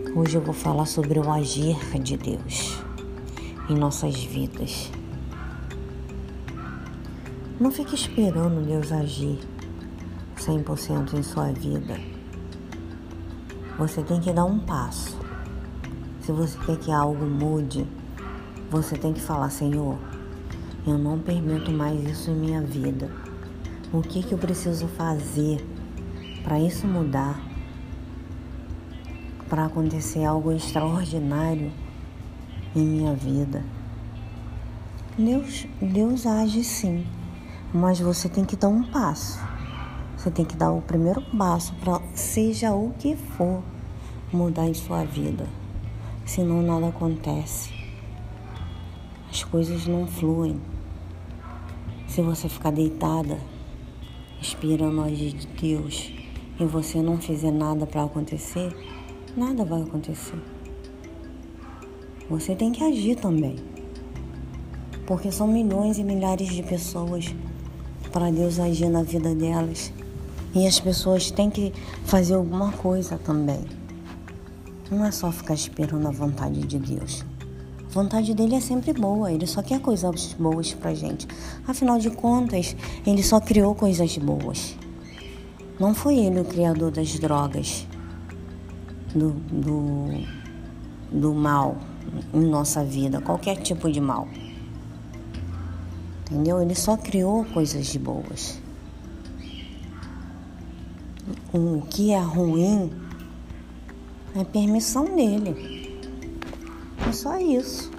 Hoje eu vou falar sobre o agir de Deus em nossas vidas. Não fique esperando Deus agir 100% em sua vida. Você tem que dar um passo. Se você quer que algo mude, você tem que falar: Senhor, eu não permito mais isso em minha vida. O que eu preciso fazer para isso mudar? Para acontecer algo extraordinário em minha vida. Deus age sim, mas você tem que dar um passo. Você tem que dar o primeiro passo para, seja o que for, mudar em sua vida. Senão nada acontece. As coisas não fluem. Se você ficar deitada, esperando o agir de Deus, e você não fizer nada para acontecer, nada vai acontecer. Você tem que agir também. Porque são milhões e milhares de pessoas para Deus agir na vida delas. E as pessoas têm que fazer alguma coisa também. Não é só ficar esperando a vontade de Deus. A vontade dele é sempre boa. Ele só quer coisas boas pra gente. Afinal de contas, ele só criou coisas boas. Não foi ele o criador das drogas, do mal em nossa vida, qualquer tipo de mal. Entendeu? Ele só criou coisas boas. O que é ruim é permissão dele. É só isso.